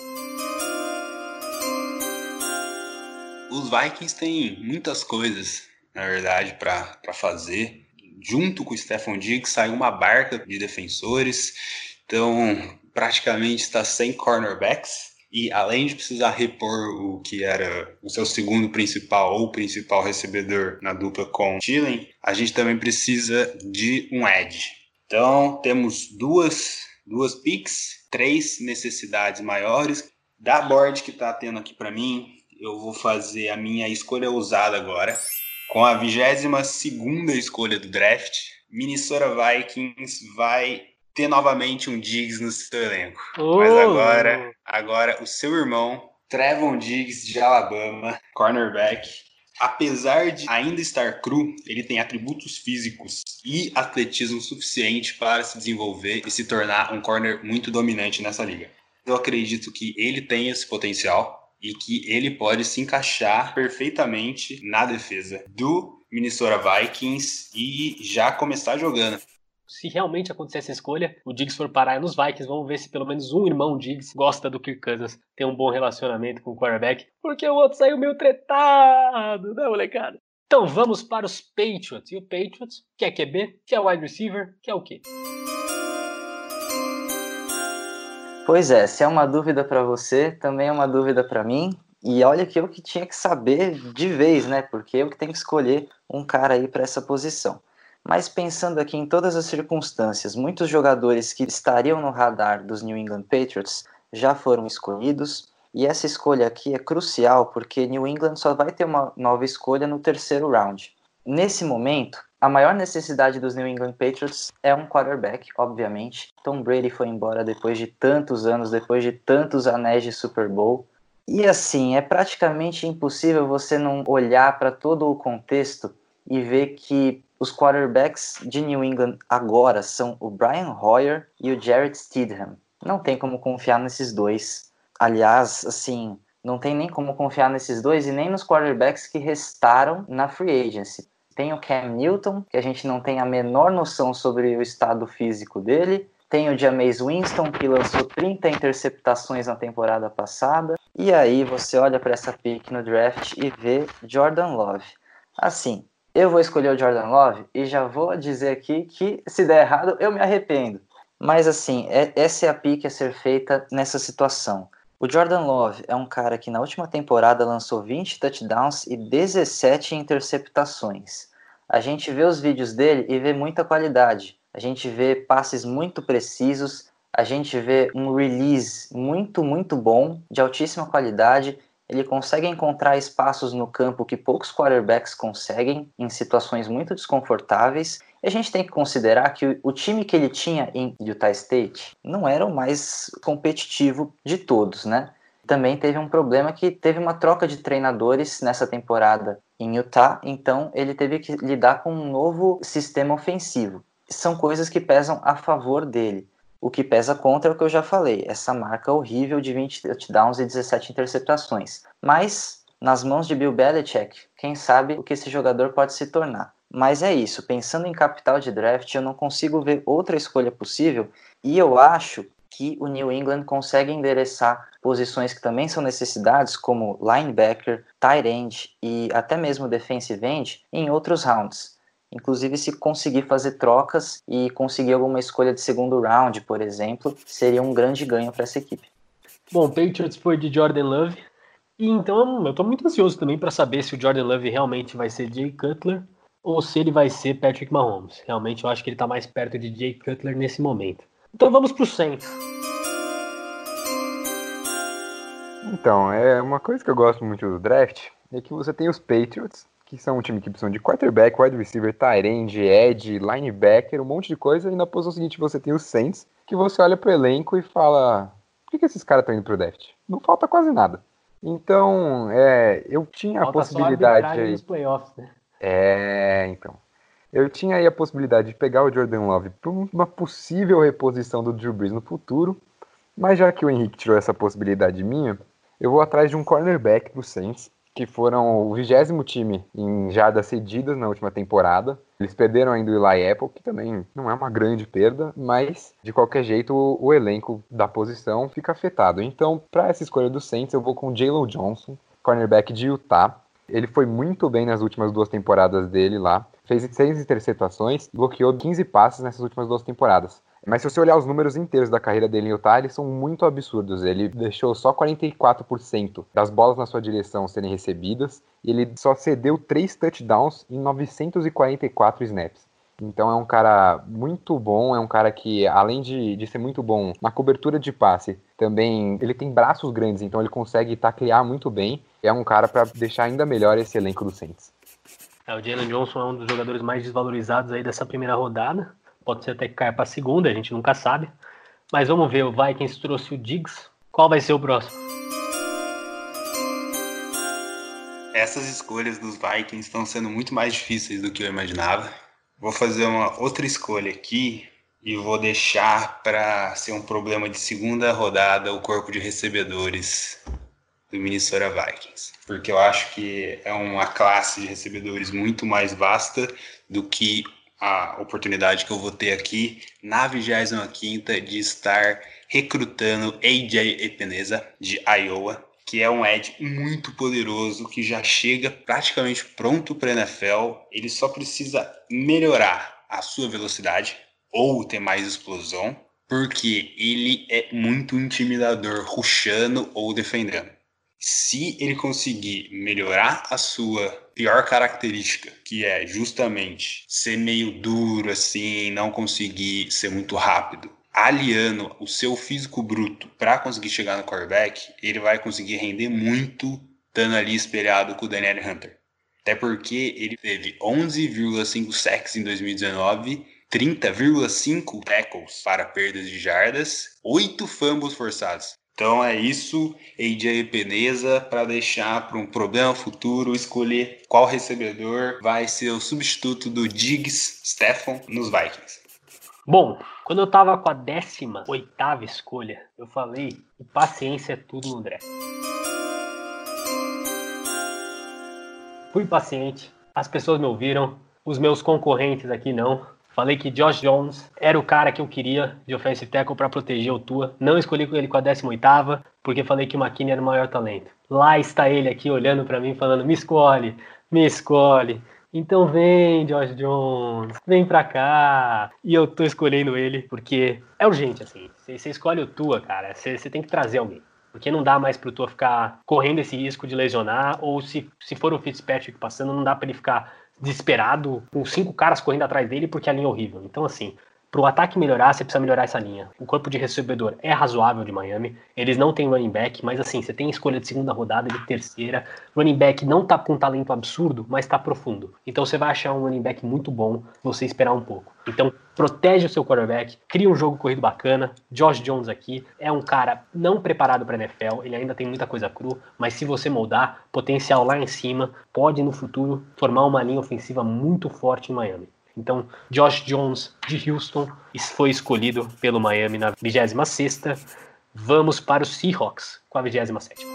Os Vikings têm muitas coisas, na verdade, para fazer. Junto com o Stephon Diggs saiu uma barca de defensores, então praticamente está sem cornerbacks. E além de precisar repor o que era o seu segundo principal ou principal recebedor na dupla com Thielen, a gente também precisa de um edge. Então temos duas, duas picks, três necessidades maiores. Da board que está tendo aqui para mim, eu vou fazer a minha escolha ousada agora. Com a vigésima segunda escolha do draft, Minnesota Vikings vai ter novamente um Diggs no seu elenco. Oh. Mas agora, agora o seu irmão, Trevon Diggs de Alabama, cornerback, apesar de ainda estar cru, ele tem atributos físicos e atletismo suficiente para se desenvolver e se tornar um corner muito dominante nessa liga. Eu acredito que ele tem esse potencial e que ele pode se encaixar perfeitamente na defesa do Minnesota Vikings e já começar jogando. Se realmente acontecer essa escolha, o Diggs for parar nos Vikings, vamos ver se pelo menos um irmão Diggs gosta do Kirk Cousins, tem um bom relacionamento com o quarterback, porque o outro saiu meio tretado, né, molecada? Então vamos para os Patriots. E o Patriots quer Q B, quer wide receiver, quer o quê? Pois é, se é uma dúvida para você, também é uma dúvida para mim. E olha que eu que tinha que saber de vez, né? Porque eu que tenho que escolher um cara aí para essa posição. Mas pensando aqui em todas as circunstâncias, muitos jogadores que estariam no radar dos New England Patriots já foram escolhidos. E essa escolha aqui é crucial porque New England só vai ter uma nova escolha no terceiro round. Nesse momento, a maior necessidade dos New England Patriots é um quarterback, obviamente. Tom Brady foi embora depois de tantos anos, depois de tantos anéis de Super Bowl. E assim, é praticamente impossível você não olhar para todo o contexto e ver que os quarterbacks de New England agora são o Brian Hoyer e o Jarrett Stidham. Não tem como confiar nesses dois. Aliás, assim, não tem nem como confiar nesses dois e nem nos quarterbacks que restaram na free agency. Tem o Cam Newton, que a gente não tem a menor noção sobre o estado físico dele. Tem o Jameis Winston, que lançou trinta interceptações na temporada passada. E aí você olha para essa pick no draft e vê Jordan Love. Assim, eu vou escolher o Jordan Love e já vou dizer aqui que se der errado eu me arrependo. Mas assim, é, essa é a pick a ser feita nessa situação. O Jordan Love é um cara que na última temporada lançou vinte touchdowns e dezessete interceptações. A gente vê os vídeos dele e vê muita qualidade. A gente vê passes muito precisos, a gente vê um release muito, muito bom, de altíssima qualidade. Ele consegue encontrar espaços no campo que poucos quarterbacks conseguem, em situações muito desconfortáveis. E a gente tem que considerar que o time que ele tinha em Utah State não era o mais competitivo de todos, né? Também teve um problema que teve uma troca de treinadores nessa temporada em Utah, então ele teve que lidar com um novo sistema ofensivo. São coisas que pesam a favor dele. O que pesa contra é o que eu já falei, essa marca horrível de vinte touchdowns e dezessete interceptações. Mas, nas mãos de Bill Belichick, quem sabe o que esse jogador pode se tornar. Mas é isso, pensando em capital de draft, eu não consigo ver outra escolha possível, e eu acho que o New England consegue endereçar posições que também são necessidades, como linebacker, tight end e até mesmo defensive end, em outros rounds. Inclusive, se conseguir fazer trocas e conseguir alguma escolha de segundo round, por exemplo, seria um grande ganho para essa equipe. Bom, o Patriots foi de Jordan Love. E então eu tô muito ansioso também para saber se o Jordan Love realmente vai ser Jay Cutler ou se ele vai ser Patrick Mahomes. Realmente eu acho que ele tá mais perto de Jay Cutler nesse momento. Então vamos pro Saints. Então, é uma coisa que eu gosto muito do draft é que você tem os Patriots, que são um time que precisa de quarterback, wide receiver, tight end, edge, linebacker, um monte de coisa, e na posição seguinte você tem os Saints, que você olha pro elenco e fala, por que, que esses caras estão indo pro draft? Não falta quase nada. Então, é, eu tinha Falta a possibilidade só aí... nos playoffs, né? É, então... Eu tinha aí a possibilidade de pegar o Jordan Love para uma possível reposição do Drew Brees no futuro, mas já que o Henrique tirou essa possibilidade minha, eu vou atrás de um cornerback do Saints, que foram o vigésimo time em jardas cedidas na última temporada. Eles perderam ainda o Eli Apple, que também não é uma grande perda, mas de qualquer jeito o, o elenco da posição fica afetado. Então, para essa escolha do Saints, eu vou com o Jalen Johnson, cornerback de Utah. Ele foi muito bem nas últimas duas temporadas dele lá. Fez seis interceptações e bloqueou quinze passes nessas últimas duas temporadas. Mas se você olhar os números inteiros da carreira dele em Utah, eles são muito absurdos. Ele deixou só quarenta e quatro por cento das bolas na sua direção serem recebidas. E ele só cedeu três touchdowns em novecentos e quarenta e quatro snaps. Então é um cara muito bom, é um cara que, além de, de ser muito bom na cobertura de passe, também ele tem braços grandes, então ele consegue taclear muito bem. É um cara para deixar ainda melhor esse elenco do Saints. É, o Jalen Johnson é um dos jogadores mais desvalorizados aí dessa primeira rodada. Pode ser até que caia para a segunda, a gente nunca sabe. Mas vamos ver, o Vikings trouxe o Diggs. Qual vai ser o próximo? Essas escolhas dos Vikings estão sendo muito mais difíceis do que eu imaginava. Vou fazer uma outra escolha aqui e vou deixar para ser um problema de segunda rodada o corpo de recebedores do Minnesota Vikings. Porque eu acho que é uma classe de recebedores muito mais vasta do que a oportunidade que eu vou ter aqui na vigésima quinta de estar recrutando A J Epenesa de Iowa, que é um edge muito poderoso, que já chega praticamente pronto para a N F L. Ele só precisa melhorar a sua velocidade ou ter mais explosão, porque ele é muito intimidador rushando ou defendendo. Se ele conseguir melhorar a sua pior característica, que é justamente ser meio duro assim, não conseguir ser muito rápido, aliando o seu físico bruto para conseguir chegar no quarterback, ele vai conseguir render muito estando ali espelhado com o Daniel Hunter. Até porque ele teve onze vírgula cinco sacks em dois mil e dezenove, trinta vírgula cinco tackles para perdas de jardas, oito fumbles forçados. Então é isso, A J Epenesa, para deixar para um problema futuro, escolher qual recebedor vai ser o substituto do Diggs Stephon nos Vikings. Bom, quando eu tava com a décima oitava escolha, eu falei que paciência é tudo no draft. Fui paciente, as pessoas me ouviram, os meus concorrentes aqui não. Falei que Josh Jones era o cara que eu queria de offensive tackle para proteger o Tua. Não escolhi ele com a décima oitava, porque falei que o McKinney era o maior talento. Lá está ele aqui olhando para mim falando, me escolhe, me escolhe. Então vem, Josh Jones, vem pra cá. E eu tô escolhendo ele porque é urgente, assim. Você escolhe o Tua, cara, você tem que trazer alguém. Porque não dá mais pro Tua ficar correndo esse risco de lesionar, ou se, se for o Fitzpatrick passando, não dá pra ele ficar desesperado, com cinco caras correndo atrás dele porque a linha é horrível. Então, assim, pro ataque melhorar, você precisa melhorar essa linha. O corpo de recebedor é razoável de Miami. Eles não têm running back, mas assim, você tem escolha de segunda rodada, de terceira. Running back não tá com um talento absurdo, mas tá profundo. Então você vai achar um running back muito bom, você esperar um pouco. Então, protege o seu quarterback, cria um jogo corrido bacana. Josh Jones aqui é um cara não preparado para N F L, ele ainda tem muita coisa cru, mas se você moldar, potencial lá em cima, pode no futuro formar uma linha ofensiva muito forte em Miami. Então, Josh Jones, de Houston, foi escolhido pelo Miami na vigésima sexta. Vamos para os Seahawks, com a vigésima sétima.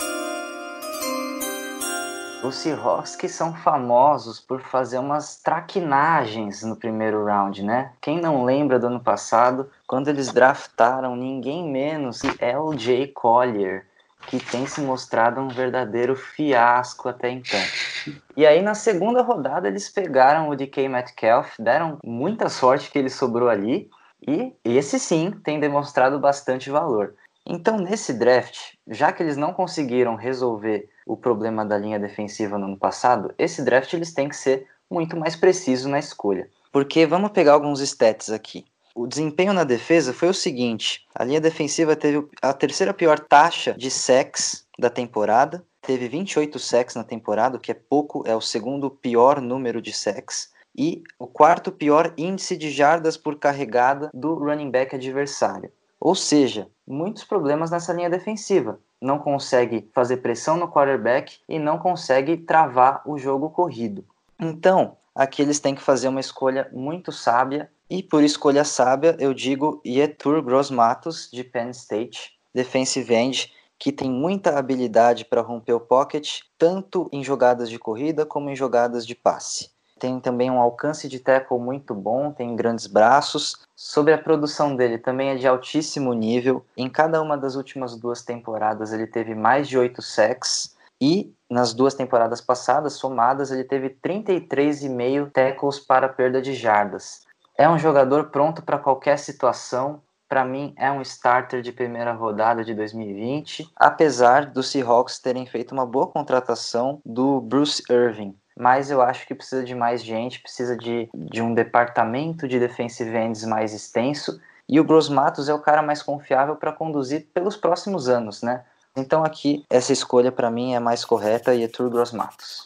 Os Seahawks que são famosos por fazer umas traquinagens no primeiro round, né? Quem não lembra do ano passado, quando eles draftaram ninguém menos que L J Collier, que tem se mostrado um verdadeiro fiasco até então. E aí na segunda rodada eles pegaram o D K Metcalf, deram muita sorte que ele sobrou ali, e esse sim tem demonstrado bastante valor. Então nesse draft, já que eles não conseguiram resolver o problema da linha defensiva no ano passado, esse draft eles têm que ser muito mais precisos na escolha. Porque vamos pegar alguns stats aqui. O desempenho na defesa foi o seguinte: a linha defensiva teve a terceira pior taxa de sacks da temporada, teve vinte e oito sacks na temporada, o que é pouco, é o segundo pior número de sacks, e o quarto pior índice de jardas por carregada do running back adversário. Ou seja, muitos problemas nessa linha defensiva. Não consegue fazer pressão no quarterback e não consegue travar o jogo corrido. Então, aqui eles têm que fazer uma escolha muito sábia, e por escolha sábia eu digo Yetur Gross-Matos, de Penn State, defensive end, que tem muita habilidade para romper o pocket, tanto em jogadas de corrida como em jogadas de passe. Tem também um alcance de tackle muito bom, tem grandes braços. Sobre a produção dele, também é de altíssimo nível. Em cada uma das últimas duas temporadas ele teve mais de oito sacks. E nas duas temporadas passadas, somadas, ele teve trinta e três vírgula cinco tackles para perda de jardas. É um jogador pronto para qualquer situação. Para mim, é um starter de primeira rodada de dois mil e vinte, apesar dos Seahawks terem feito uma boa contratação do Bruce Irvin. Mas eu acho que precisa de mais gente, precisa de, de um departamento de defensive ends mais extenso, e o Gross-Matos é o cara mais confiável para conduzir pelos próximos anos, né? Então aqui, essa escolha para mim é mais correta, e é Yetur Gross-Matos.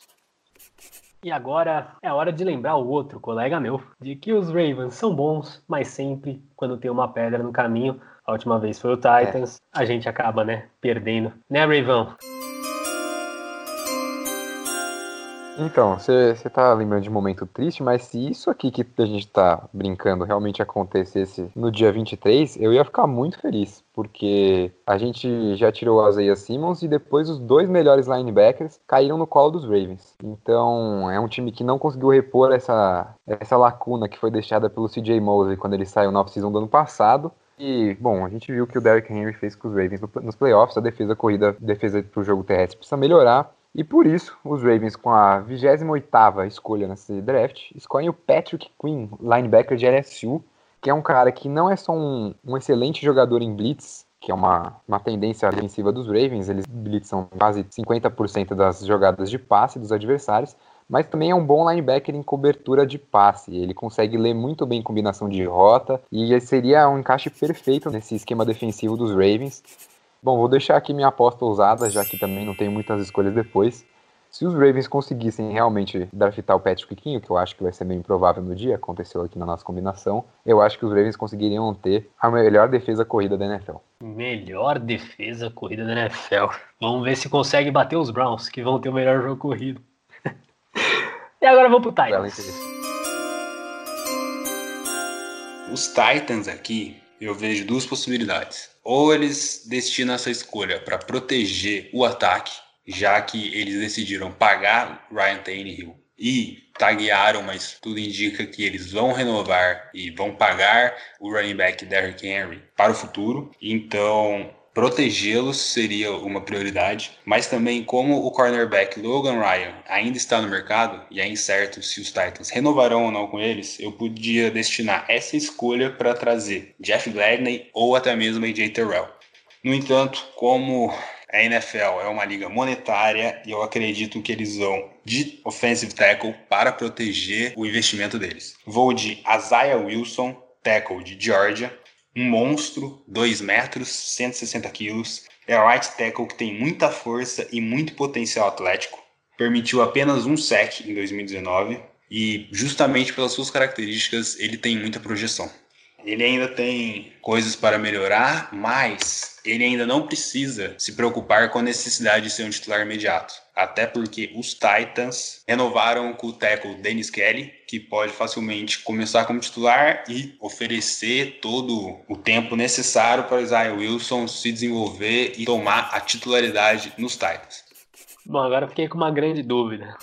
E agora é hora de lembrar o outro colega meu, de que os Ravens são bons, mas sempre quando tem uma pedra no caminho, a última vez foi o Titans, é. A gente acaba, né, perdendo. Né, Ravão? Então, você tá lembrando de um momento triste, mas se isso aqui que a gente tá brincando realmente acontecesse no dia vinte e três, eu ia ficar muito feliz, porque a gente já tirou o Isaiah Simmons e depois os dois melhores linebackers caíram no colo dos Ravens. Então, é um time que não conseguiu repor essa, essa lacuna que foi deixada pelo C J Mosley quando ele saiu na off-season do ano passado. E, bom, a gente viu que o Derrick Henry fez com os Ravens nos playoffs, a defesa corrida, a defesa pro jogo terrestre precisa melhorar. E por isso, os Ravens, com a vigésima oitava escolha nesse draft, escolhem o Patrick Queen, linebacker de L S U, que é um cara que não é só um, um excelente jogador em blitz, que é uma, uma tendência defensiva dos Ravens, eles blitzam quase cinquenta por cento das jogadas de passe dos adversários, mas também é um bom linebacker em cobertura de passe. Ele consegue ler muito bem combinação de rota, e seria um encaixe perfeito nesse esquema defensivo dos Ravens. Bom, vou deixar aqui minha aposta ousada, já que também não tem muitas escolhas depois. Se os Ravens conseguissem realmente draftar o Patrick Queen, que eu acho que vai ser bem improvável no dia, aconteceu aqui na nossa combinação, eu acho que os Ravens conseguiriam ter a melhor defesa corrida da N F L. Melhor defesa corrida da N F L. Vamos ver se consegue bater os Browns, que vão ter o melhor jogo corrido. E agora vamos pro Titans. Os Titans aqui, eu vejo duas possibilidades. Ou eles destinam essa escolha para proteger o ataque, já que eles decidiram pagar Ryan Tannehill e taguearam, mas tudo indica que eles vão renovar e vão pagar o running back Derrick Henry para o futuro. Então, protegê-los seria uma prioridade, mas também como o cornerback Logan Ryan ainda está no mercado e é incerto se os Titans renovarão ou não com eles, eu podia destinar essa escolha para trazer Jeff Gladney ou até mesmo A J Terrell. No entanto, como a N F L é uma liga monetária e eu acredito que eles vão de offensive tackle para proteger o investimento deles. Vou de Isaiah Wilson, tackle de Georgia, um monstro, dois metros, cento e sessenta quilos, é right tackle que tem muita força e muito potencial atlético, permitiu apenas um sack em dois mil e dezenove e justamente pelas suas características ele tem muita projeção. Ele ainda tem coisas para melhorar, mas ele ainda não precisa se preocupar com a necessidade de ser um titular imediato. Até porque os Titans renovaram com o tackle Dennis Kelly, que pode facilmente começar como titular e oferecer todo o tempo necessário para o Isaiah Wilson se desenvolver e tomar a titularidade nos Titans. Bom, agora eu fiquei com uma grande dúvida.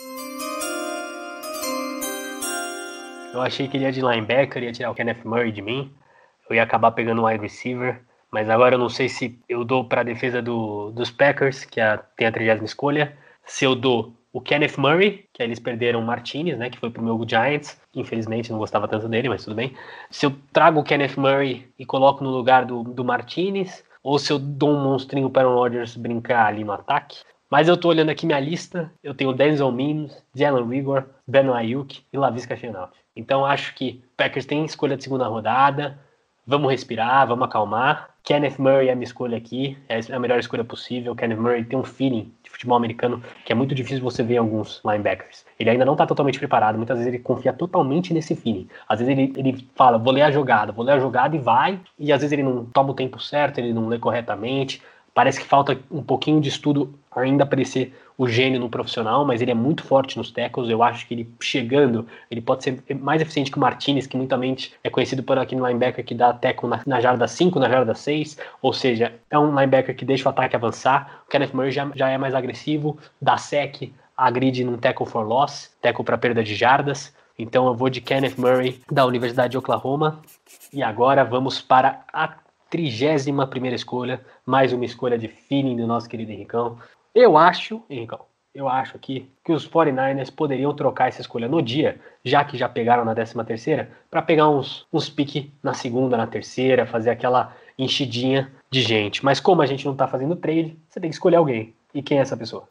Eu achei que ele ia de linebacker, ia tirar o Kenneth Murray de mim. Eu ia acabar pegando o wide receiver. Mas agora eu não sei se eu dou para a defesa do, dos Packers, que a, tem a trigésima escolha. Se eu dou o Kenneth Murray, que aí eles perderam o Martinez, né, que foi pro meu Giants. Infelizmente não gostava tanto dele, mas tudo bem. Se eu trago o Kenneth Murray e coloco no lugar do, do Martinez, ou se eu dou um monstrinho para o Rodgers brincar ali no ataque. Mas eu tô olhando aqui minha lista, eu tenho Denzel Mims, Jalen Rigor, Ben Ayuk e Laviska Shenault. Então acho que o Packers tem escolha de segunda rodada, vamos respirar, vamos acalmar. Kenneth Murray é a minha escolha aqui, é a melhor escolha possível. Kenneth Murray tem um feeling de futebol americano que é muito difícil você ver em alguns linebackers. Ele ainda não está totalmente preparado, muitas vezes ele confia totalmente nesse feeling. Às vezes ele, ele fala, vou ler a jogada, vou ler a jogada e vai, e às vezes ele não toma o tempo certo, ele não lê corretamente. Parece que falta um pouquinho de estudo ainda para ele ser o gênio no profissional, mas ele é muito forte nos tackles. Eu acho que ele chegando, ele pode ser mais eficiente que o Martinez, que muitamente é conhecido por aquele linebacker que dá tackle na, na jarda cinco, na jarda seis, ou seja, é um linebacker que deixa o ataque avançar. O Kenneth Murray já, já é mais agressivo, dá sec, agride num tackle for loss, tackle para perda de jardas. Então eu vou de Kenneth Murray da Universidade de Oklahoma. E agora vamos para a trigésima primeira escolha, mais uma escolha de feeling do nosso querido Henricão. Eu acho, Henricão, eu acho aqui que os quarenta e nine ers poderiam trocar essa escolha no dia, já que já pegaram na décima terceira, para pegar uns, uns piques na segunda, na terceira, fazer aquela enchidinha de gente. Mas como a gente não tá fazendo trade, você tem que escolher alguém. E quem é essa pessoa?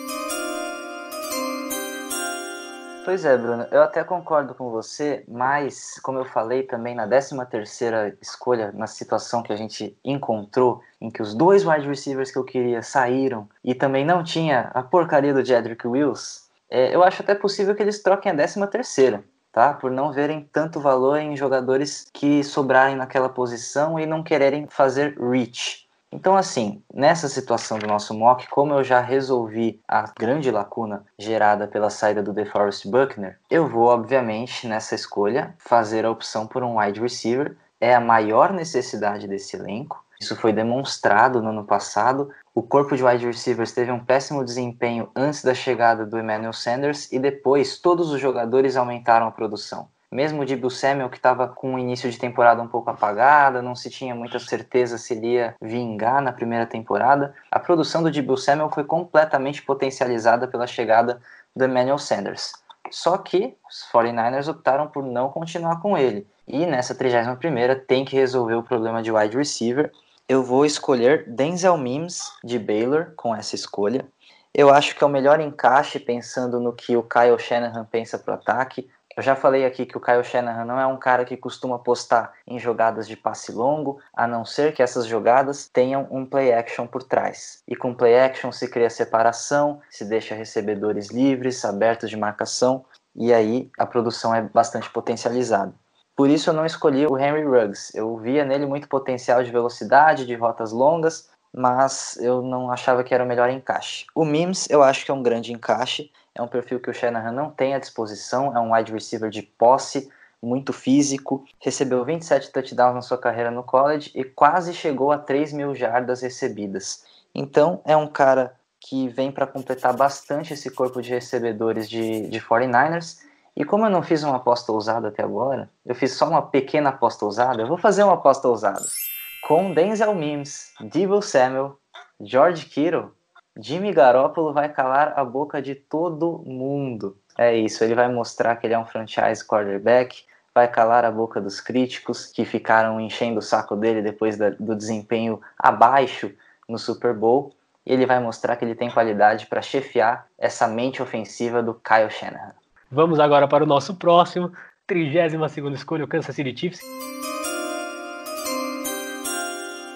Pois é, Bruno, eu até concordo com você, mas, como eu falei também na décima terceira escolha, na situação que a gente encontrou, em que os dois wide receivers que eu queria saíram e também não tinha a porcaria do Jedrick Wills, é, eu acho até possível que eles troquem a décima terceira, tá? Por não verem tanto valor em jogadores que sobrarem naquela posição e não quererem fazer reach. Então, assim, nessa situação do nosso mock, como eu já resolvi a grande lacuna gerada pela saída do DeForest Buckner, eu vou, obviamente, nessa escolha, fazer a opção por um wide receiver. É a maior necessidade desse elenco. Isso foi demonstrado no ano passado. O corpo de wide receivers teve um péssimo desempenho antes da chegada do Emmanuel Sanders e depois todos os jogadores aumentaram a produção. Mesmo o Deebo Samuel, que estava com um início de temporada um pouco apagada, não se tinha muita certeza se ele ia vingar na primeira temporada, a produção do Deebo Samuel foi completamente potencializada pela chegada do Emmanuel Sanders. Só que os quarenta e nine ers optaram por não continuar com ele. E nessa trigésima primeira tem que resolver o problema de wide receiver. Eu vou escolher Denzel Mims, de Baylor, com essa escolha. Eu acho que é o melhor encaixe pensando no que o Kyle Shanahan pensa para o ataque. Eu já falei aqui que o Kyle Shanahan não é um cara que costuma apostar em jogadas de passe longo, a não ser que essas jogadas tenham um play action por trás. E com play action se cria separação, se deixa recebedores livres, abertos de marcação, e aí a produção é bastante potencializada. Por isso eu não escolhi o Henry Ruggs. Eu via nele muito potencial de velocidade, de rotas longas, mas eu não achava que era o melhor encaixe. O Mims eu acho que é um grande encaixe. É um perfil que o Shanahan não tem à disposição, é um wide receiver de posse, muito físico, recebeu vinte e sete touchdowns na sua carreira no college e quase chegou a três mil jardas recebidas. Então é um cara que vem para completar bastante esse corpo de recebedores de, de quarenta e nine ers, e como eu não fiz uma aposta ousada até agora, eu fiz só uma pequena aposta ousada, eu vou fazer uma aposta ousada. Com Denzel Mims, Deebo Samuel, George Kittle, Jimmy Garoppolo vai calar a boca de todo mundo. É isso, ele vai mostrar que ele é um franchise quarterback, vai calar a boca dos críticos que ficaram enchendo o saco dele depois da, do desempenho abaixo no Super Bowl, e ele vai mostrar que ele tem qualidade para chefiar essa mente ofensiva do Kyle Shanahan. Vamos agora para o nosso próximo, trigésima segunda escolha, o Kansas City Chiefs.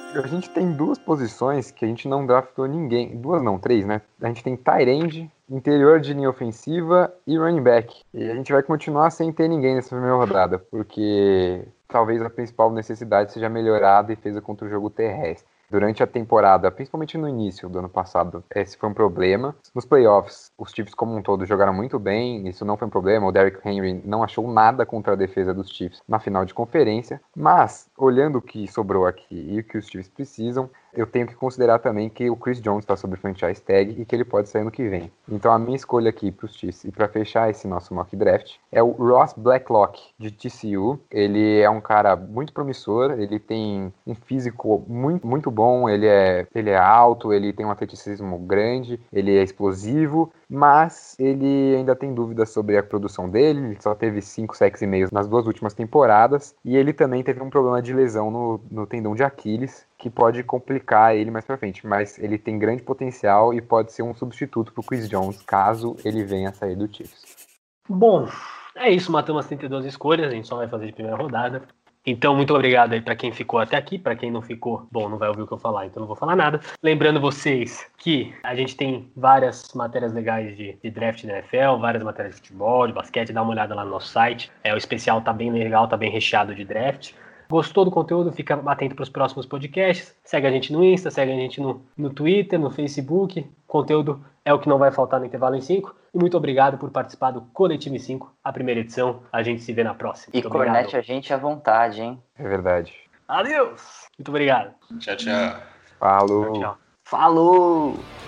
A gente tem duas posições que a gente não draftou ninguém. Duas não, três, né? A gente tem tight end, interior de linha ofensiva e running back. E a gente vai continuar sem ter ninguém nessa primeira rodada, porque talvez a principal necessidade seja melhorar a defesa contra o jogo terrestre. Durante a temporada, principalmente no início do ano passado, esse foi um problema. Nos playoffs, os Chiefs como um todo jogaram muito bem, isso não foi um problema. O Derrick Henry não achou nada contra a defesa dos Chiefs na final de conferência. Mas, olhando o que sobrou aqui e o que os Chiefs precisam, eu tenho que considerar também que o Chris Jones está sob franchise tag e que ele pode sair no que vem. Então a minha escolha aqui para os Chiefs e para fechar esse nosso mock draft é o Ross Blacklock, de T C U. Ele é um cara muito promissor, ele tem um físico muito, muito bom, ele é, ele é alto, ele tem um atleticismo grande, ele é explosivo, mas ele ainda tem dúvidas sobre a produção dele. Ele só teve cinco sacks e meio nas duas últimas temporadas e ele também teve um problema de lesão no, no tendão de Aquiles, que pode complicar ele mais pra frente, mas ele tem grande potencial e pode ser um substituto pro Chris Jones, caso ele venha a sair do Chiefs. Bom, é isso, matamos as trinta e duas escolhas, a gente só vai fazer de primeira rodada. Então, muito obrigado aí pra quem ficou até aqui, pra quem não ficou, bom, não vai ouvir o que eu falar, então não vou falar nada. Lembrando vocês que a gente tem várias matérias legais de, de draft da N F L, várias matérias de futebol, de basquete, dá uma olhada lá no nosso site. É, o especial tá bem legal, tá bem recheado de draft. Gostou do conteúdo? Fica atento para os próximos podcasts. Segue a gente no Insta, segue a gente no, no Twitter, no Facebook. O conteúdo é o que não vai faltar no Intervalo em cinco. E muito obrigado por participar do Coletivo em cinco, a primeira edição. A gente se vê na próxima. E muito cornete obrigado. A gente à vontade, hein? É verdade. Adeus! Muito obrigado. Tchau, tchau. Falou! Tchau. Falou!